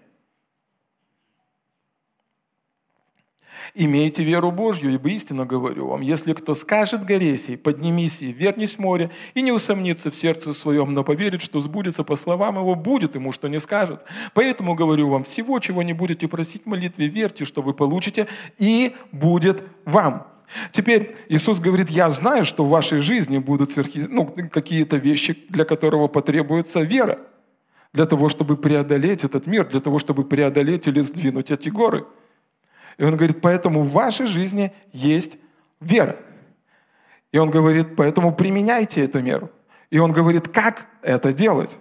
Speaker 1: Имейте веру Божью, ибо истинно говорю вам, если кто скажет горе сей, поднимись и вернись в море, и не усомнится в сердце своем, но поверит, что сбудется по словам его, будет ему, что не скажет. Поэтому говорю вам, всего, чего не будете просить в молитве, верьте, что вы получите, и будет вам. Теперь Иисус говорит, я знаю, что в вашей жизни будут какие-то вещи, для которого потребуется вера, для того, чтобы преодолеть этот мир, для того, чтобы преодолеть или сдвинуть эти горы. И он говорит, поэтому в вашей жизни есть вера. И он говорит, поэтому применяйте эту меру. И он говорит, как это делать?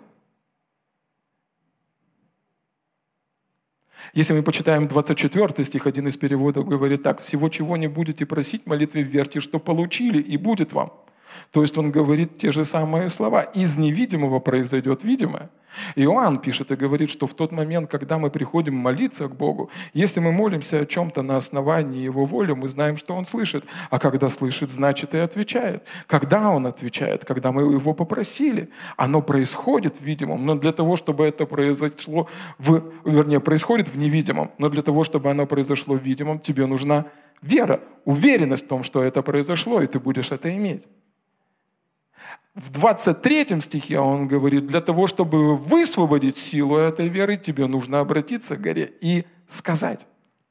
Speaker 1: Если мы почитаем 24 стих, один из переводов говорит так, «Всего, чего не будете просить в молитве, верьте, что получили, и будет вам». То есть он говорит те же самые слова. Из невидимого произойдет видимое. Иоанн пишет и говорит, что в тот момент, когда мы приходим молиться к Богу, если мы молимся о чем-то на основании Его воли, мы знаем, что Он слышит. А когда слышит, значит и отвечает. Когда Он отвечает? Когда мы Его попросили. Оно происходит в видимом. Но для того, чтобы это происходит в невидимом, но для того, чтобы оно произошло в видимом, тебе нужна вера, уверенность в том, что это произошло, и ты будешь это иметь. В 23 стихе он говорит, для того, чтобы высвободить силу этой веры, тебе нужно обратиться к горе и сказать.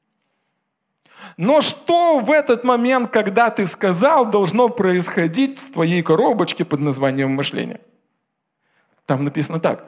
Speaker 1: Но что в этот момент, когда ты сказал, должно происходить в твоей коробочке под названием мышление? Там написано так.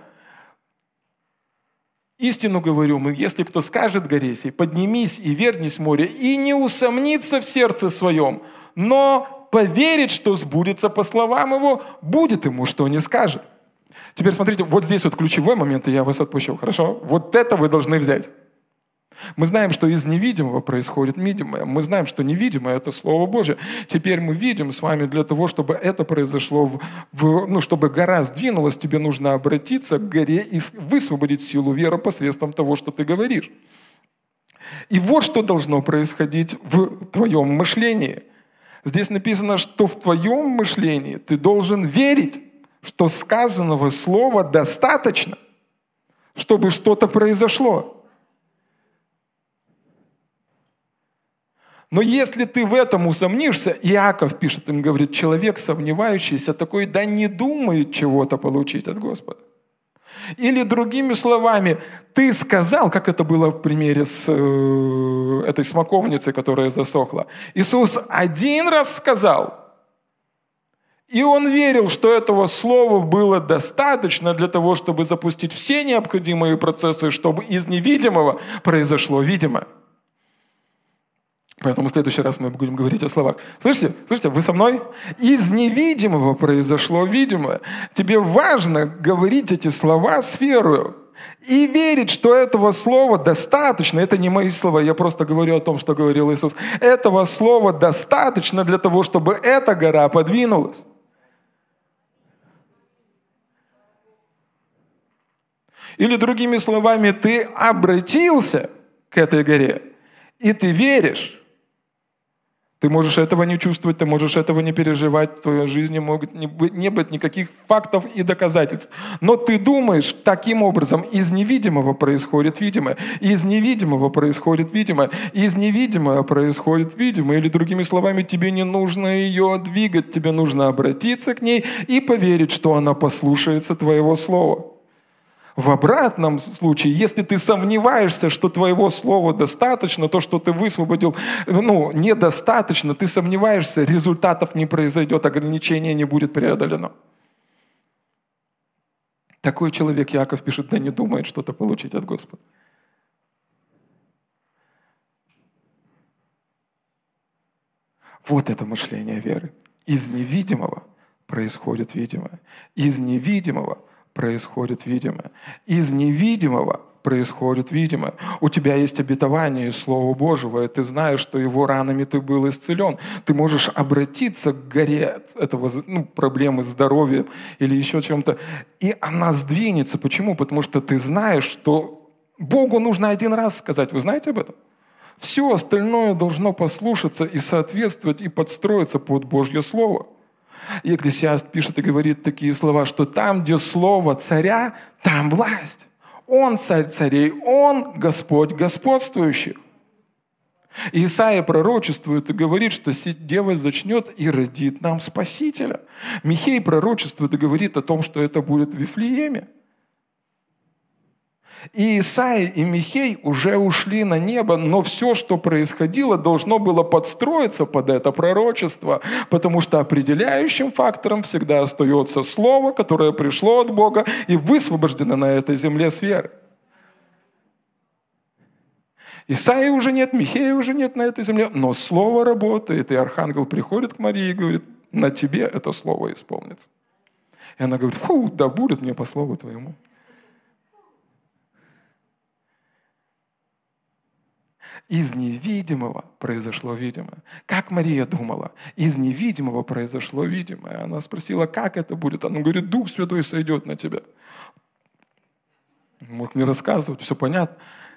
Speaker 1: Истину говорю, если кто скажет горе сей, поднимись и вернись в море, и не усомнится в сердце своем, но поверит, что сбудется по словам его, будет ему, что не скажет. Теперь смотрите, вот здесь вот ключевой момент, и я вас отпущу, хорошо? Вот это вы должны взять. Мы знаем, что из невидимого происходит видимое. Мы знаем, что невидимое – это Слово Божие. Теперь мы видим с вами, для того, чтобы это произошло, чтобы гора сдвинулась, тебе нужно обратиться к горе и высвободить силу веры посредством того, что ты говоришь. И вот что должно происходить в твоем мышлении. Здесь написано, что в твоем мышлении ты должен верить, что сказанного слова достаточно, чтобы что-то произошло. Но если ты в этом усомнишься, Иаков пишет, он говорит, человек сомневающийся такой, да не думает чего-то получить от Господа. Или другими словами, ты сказал, как это было в примере с этой смоковницей, которая засохла. Иисус один раз сказал, и он верил, что этого слова было достаточно для того, чтобы запустить все необходимые процессы, чтобы из невидимого произошло видимое. Поэтому в следующий раз мы будем говорить о словах. Слышите, вы со мной? Из невидимого произошло видимое. Тебе важно говорить эти слова с верою. И верить, что этого слова достаточно. Это не мои слова, я просто говорю о том, что говорил Иисус. Этого слова достаточно для того, чтобы эта гора подвинулась. Или другими словами, ты обратился к этой горе, и ты веришь. Ты можешь этого не чувствовать, ты можешь этого не переживать, в твоей жизни могут не быть никаких фактов и доказательств. Но ты думаешь, таким образом, из невидимого происходит видимое, из невидимого происходит видимое, из невидимого происходит видимое. Или другими словами, тебе не нужно ее двигать, тебе нужно обратиться к ней и поверить, что она послушается твоего слова. В обратном случае, если ты сомневаешься, что твоего слова достаточно, то, что ты высвободил, недостаточно, ты сомневаешься, результатов не произойдет, ограничение не будет преодолено. Такой человек, Иаков пишет, да не думает что-то получить от Господа. Вот это мышление веры. Из невидимого происходит видимое. Из невидимого происходит видимое. Из невидимого происходит видимое. У тебя есть обетование из Слова Божьего, и ты знаешь, что его ранами ты был исцелен. Ты можешь обратиться к горе этого, проблемы здоровья или еще чем-то, и она сдвинется. Почему? Потому что ты знаешь, что Богу нужно один раз сказать. Вы знаете об этом? Все остальное должно послушаться и соответствовать, и подстроиться под Божье Слово. И Екклесиаст пишет и говорит такие слова, что там, где слово царя, там власть. Он царь царей, он Господь господствующих. И Исаия пророчествует и говорит, что дева зачнет и родит нам Спасителя. Михей пророчествует и говорит о том, что это будет в Вифлееме. И Исаия и Михей уже ушли на небо, но все, что происходило, должно было подстроиться под это пророчество, потому что определяющим фактором всегда остается Слово, которое пришло от Бога и высвобождено на этой земле с веры. Исаии уже нет, Михея уже нет на этой земле, но Слово работает, и архангел приходит к Марии и говорит: на тебе это Слово исполнится. И она говорит: фу, да будет мне по слову твоему. Из невидимого произошло видимое. Как Мария думала? Из невидимого произошло видимое. Она спросила, как это будет? Она говорит: Дух Святой сойдет на тебя. Мог не рассказывать, все понятно.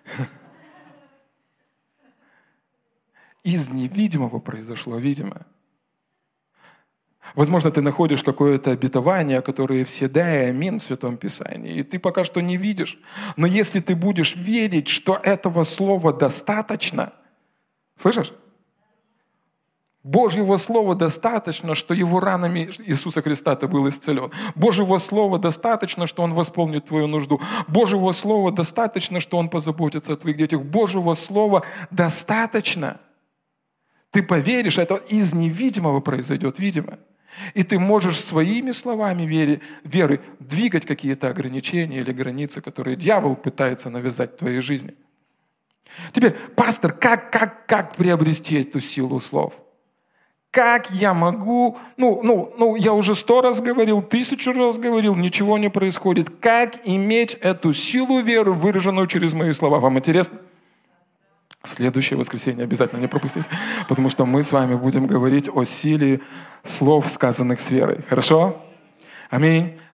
Speaker 1: Из невидимого произошло видимое. Возможно, ты находишь какое-то обетование, которое все да и аминь в Святом Писании, и ты пока что не видишь. Но если ты будешь верить, что этого слова достаточно, слышишь? Божьего слова достаточно, что его ранами Иисуса Христа ты был исцелен. Божьего слова достаточно, что Он восполнит твою нужду. Божьего слова достаточно, что Он позаботится о твоих детях. Божьего слова достаточно. Ты поверишь, это из невидимого произойдет видимое. И ты можешь своими словами веры двигать какие-то ограничения или границы, которые дьявол пытается навязать в твоей жизни. Теперь, пастор, как приобрести эту силу слов? Как я могу, я уже 100 раз говорил, 1000 раз говорил, ничего не происходит. Как иметь эту силу веры, выраженную через мои слова? Вам интересно? В следующее воскресенье обязательно не пропустите, потому что мы с вами будем говорить о силе слов, сказанных с верой. Хорошо? Аминь.